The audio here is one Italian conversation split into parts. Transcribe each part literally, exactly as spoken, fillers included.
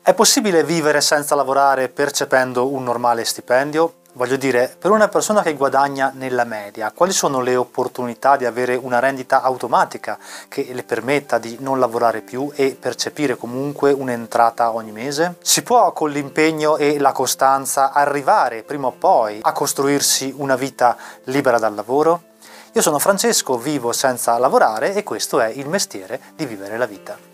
È possibile vivere senza lavorare percependo un normale stipendio? Voglio dire, per una persona che guadagna nella media, quali sono le opportunità di avere una rendita automatica che le permetta di non lavorare più e percepire comunque un'entrata ogni mese? Si può con l'impegno e la costanza arrivare prima o poi a costruirsi una vita libera dal lavoro? Io sono Francesco, vivo senza lavorare e questo è il mestiere di vivere la vita.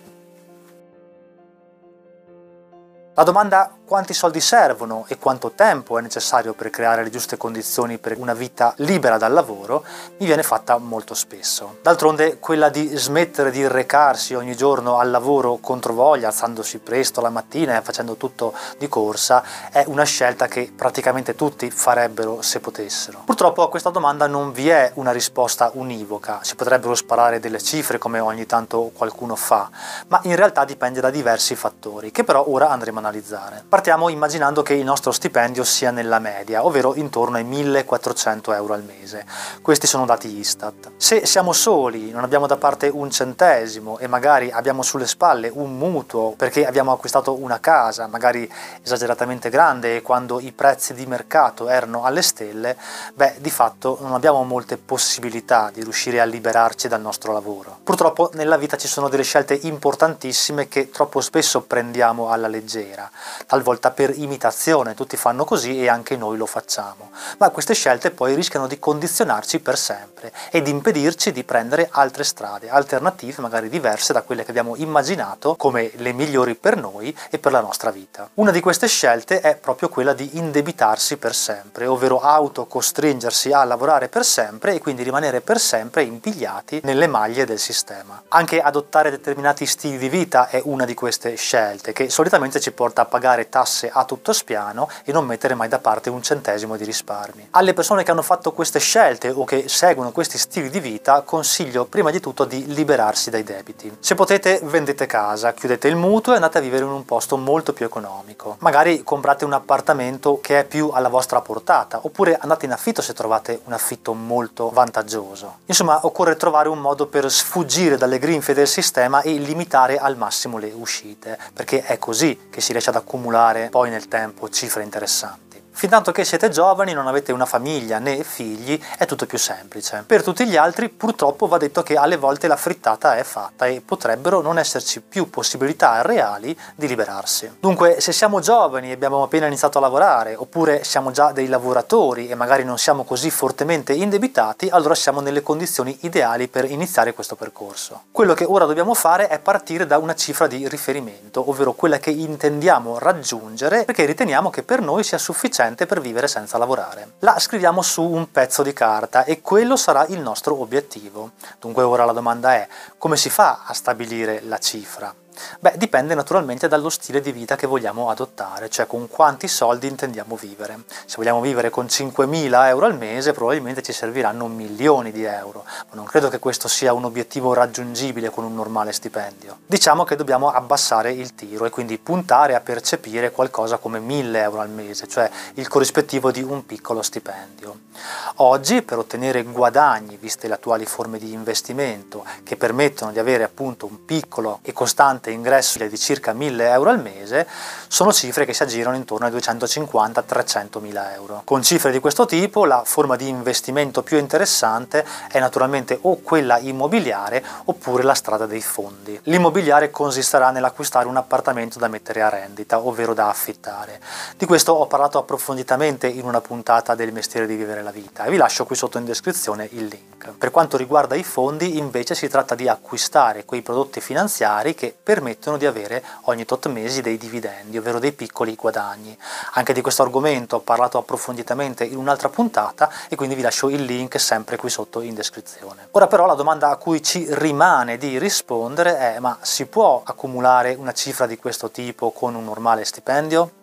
La domanda quanti soldi servono e quanto tempo è necessario per creare le giuste condizioni per una vita libera dal lavoro mi viene fatta molto spesso. D'altronde quella di smettere di recarsi ogni giorno al lavoro controvoglia, alzandosi presto la mattina e facendo tutto di corsa, è una scelta che praticamente tutti farebbero se potessero. Purtroppo a questa domanda non vi è una risposta univoca, si potrebbero sparare delle cifre come ogni tanto qualcuno fa, ma in realtà dipende da diversi fattori, che però ora andremo a analizzare. Partiamo immaginando che il nostro stipendio sia nella media, ovvero intorno ai millequattrocento euro al mese. Questi sono dati Istat. Se siamo soli, non abbiamo da parte un centesimo e magari abbiamo sulle spalle un mutuo perché abbiamo acquistato una casa, magari esageratamente grande e quando i prezzi di mercato erano alle stelle, beh, di fatto non abbiamo molte possibilità di riuscire a liberarci dal nostro lavoro. Purtroppo nella vita ci sono delle scelte importantissime che troppo spesso prendiamo alla leggera, talvolta per imitazione, tutti fanno così e anche noi lo facciamo, ma queste scelte poi rischiano di condizionarci per sempre e di impedirci di prendere altre strade, alternative magari diverse da quelle che abbiamo immaginato come le migliori per noi e per la nostra vita. Una di queste scelte è proprio quella di indebitarsi per sempre, ovvero autocostringersi a lavorare per sempre e quindi rimanere per sempre impigliati nelle maglie del sistema. Anche adottare determinati stili di vita è una di queste scelte che solitamente ci porta a pagare tasse a tutto spiano e non mettere mai da parte un centesimo di risparmi. Alle persone che hanno fatto queste scelte o che seguono questi stili di vita consiglio prima di tutto di liberarsi dai debiti. Se potete vendete casa, chiudete il mutuo e andate a vivere in un posto molto più economico. Magari comprate un appartamento che è più alla vostra portata oppure andate in affitto se trovate un affitto molto vantaggioso. Insomma, occorre trovare un modo per sfuggire dalle grinfie del sistema e limitare al massimo le uscite, perché è così che si riesce ad accumulare poi nel tempo cifre interessanti. Fintanto che siete giovani, non avete una famiglia né figli, è tutto più semplice. Per tutti gli altri purtroppo va detto che alle volte la frittata è fatta e potrebbero non esserci più possibilità reali di liberarsi. Dunque, se siamo giovani e abbiamo appena iniziato a lavorare, oppure siamo già dei lavoratori e magari non siamo così fortemente indebitati, allora siamo nelle condizioni ideali per iniziare questo percorso. Quello che ora dobbiamo fare è partire da una cifra di riferimento, ovvero quella che intendiamo raggiungere perché riteniamo che per noi sia sufficiente per vivere senza lavorare. La scriviamo su un pezzo di carta e quello sarà il nostro obiettivo. Dunque ora la domanda è: come si fa a stabilire la cifra? Beh, dipende naturalmente dallo stile di vita che vogliamo adottare, cioè con quanti soldi intendiamo vivere. Se vogliamo vivere con cinquemila euro al mese, probabilmente ci serviranno milioni di euro, ma non credo che questo sia un obiettivo raggiungibile con un normale stipendio. Diciamo che dobbiamo abbassare il tiro e quindi puntare a percepire qualcosa come mille euro al mese, cioè il corrispettivo di un piccolo stipendio. Oggi, per ottenere guadagni, viste le attuali forme di investimento, che permettono di avere appunto un piccolo e costante ingresso di circa mille euro al mese, sono cifre che si aggirano intorno ai duecentocinquanta trecentomila euro. Con cifre di questo tipo la forma di investimento più interessante è naturalmente o quella immobiliare oppure la strada dei fondi. L'immobiliare consisterà nell'acquistare un appartamento da mettere a rendita, ovvero da affittare. Di questo ho parlato approfonditamente in una puntata del mestiere di vivere la vita e vi lascio qui sotto in descrizione il link. Per quanto riguarda i fondi, invece, si tratta di acquistare quei prodotti finanziari che permettono di avere ogni tot mesi dei dividendi, ovvero dei piccoli guadagni. Anche di questo argomento ho parlato approfonditamente in un'altra puntata e quindi vi lascio il link sempre qui sotto in descrizione. Ora però la domanda a cui ci rimane di rispondere è: ma si può accumulare una cifra di questo tipo con un normale stipendio?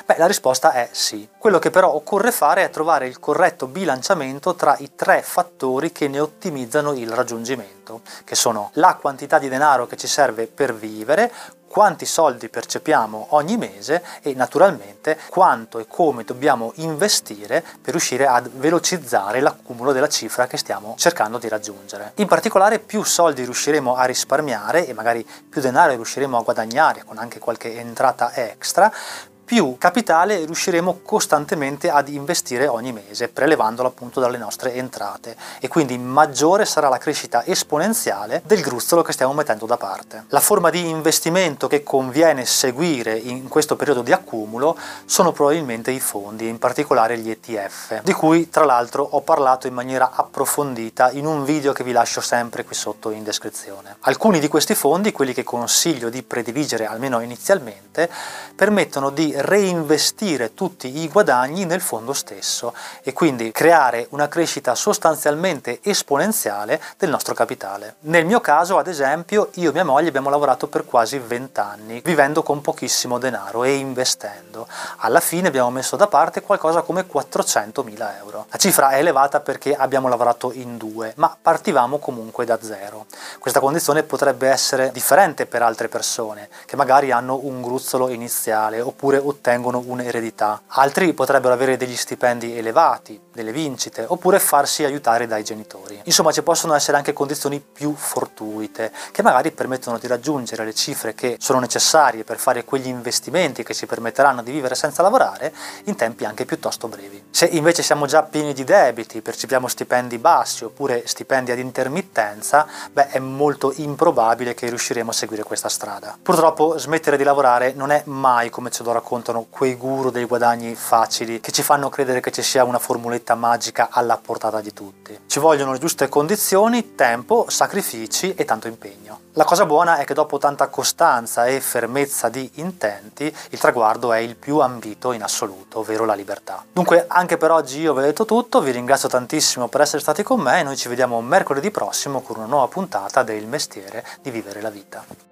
Beh, la risposta è sì. Quello che però occorre fare è trovare il corretto bilanciamento tra i tre fattori che ne ottimizzano il raggiungimento, che sono la quantità di denaro che ci serve per vivere, quanti soldi percepiamo ogni mese e naturalmente quanto e come dobbiamo investire per riuscire a velocizzare l'accumulo della cifra che stiamo cercando di raggiungere. In particolare, più soldi riusciremo a risparmiare e magari più denaro riusciremo a guadagnare con anche qualche entrata extra, più capitale riusciremo costantemente ad investire ogni mese, prelevandolo appunto dalle nostre entrate, e quindi maggiore sarà la crescita esponenziale del gruzzolo che stiamo mettendo da parte. La forma di investimento che conviene seguire in questo periodo di accumulo sono probabilmente i fondi, in particolare gli E T F, di cui tra l'altro ho parlato in maniera approfondita in un video che vi lascio sempre qui sotto in descrizione. Alcuni di questi fondi, quelli che consiglio di prediligere almeno inizialmente, permettono di reinvestire tutti i guadagni nel fondo stesso e quindi creare una crescita sostanzialmente esponenziale del nostro capitale. Nel mio caso, ad esempio, io e mia moglie abbiamo lavorato per quasi venti anni, vivendo con pochissimo denaro e investendo. Alla fine abbiamo messo da parte qualcosa come quattrocentomila euro. La cifra è elevata perché abbiamo lavorato in due, ma partivamo comunque da zero. Questa condizione potrebbe essere differente per altre persone, che magari hanno un gruzzolo iniziale oppure ottengono un'eredità. Altri potrebbero avere degli stipendi elevati, delle vincite, oppure farsi aiutare dai genitori. Insomma, ci possono essere anche condizioni più fortuite, che magari permettono di raggiungere le cifre che sono necessarie per fare quegli investimenti che ci permetteranno di vivere senza lavorare in tempi anche piuttosto brevi. Se invece siamo già pieni di debiti, percepiamo stipendi bassi oppure stipendi ad intermittenza, beh, è molto improbabile che riusciremo a seguire questa strada. Purtroppo smettere di lavorare non è mai, come ce lo raccontano quei guru dei guadagni facili che ci fanno credere che ci sia una formuletta magica alla portata di tutti. Ci vogliono le giuste condizioni, tempo, sacrifici e tanto impegno. La cosa buona è che dopo tanta costanza e fermezza di intenti, il traguardo è il più ambito in assoluto, ovvero la libertà. Dunque, anche per oggi io vi ho detto tutto, vi ringrazio tantissimo per essere stati con me e noi ci vediamo mercoledì prossimo con una nuova puntata del mestiere di vivere la vita.